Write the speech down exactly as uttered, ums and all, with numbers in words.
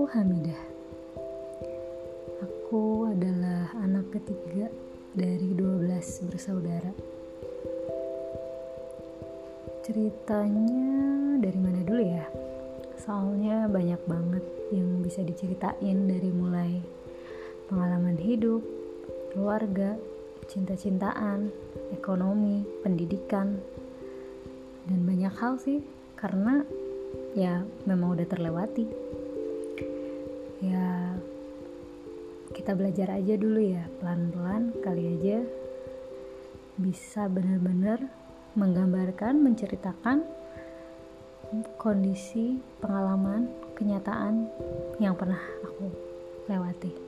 Aku Hamidah. Aku adalah anak ketiga dari dua belas bersaudara. Ceritanya dari mana dulu ya? Soalnya banyak banget yang bisa diceritain, dari mulai pengalaman hidup, keluarga, cinta-cintaan, ekonomi, pendidikan, dan banyak hal sih, karena ya memang udah terlewati. Ya kita belajar aja dulu ya, pelan-pelan kali aja bisa benar-benar menggambarkan, menceritakan kondisi, pengalaman, kenyataan yang pernah aku lewati.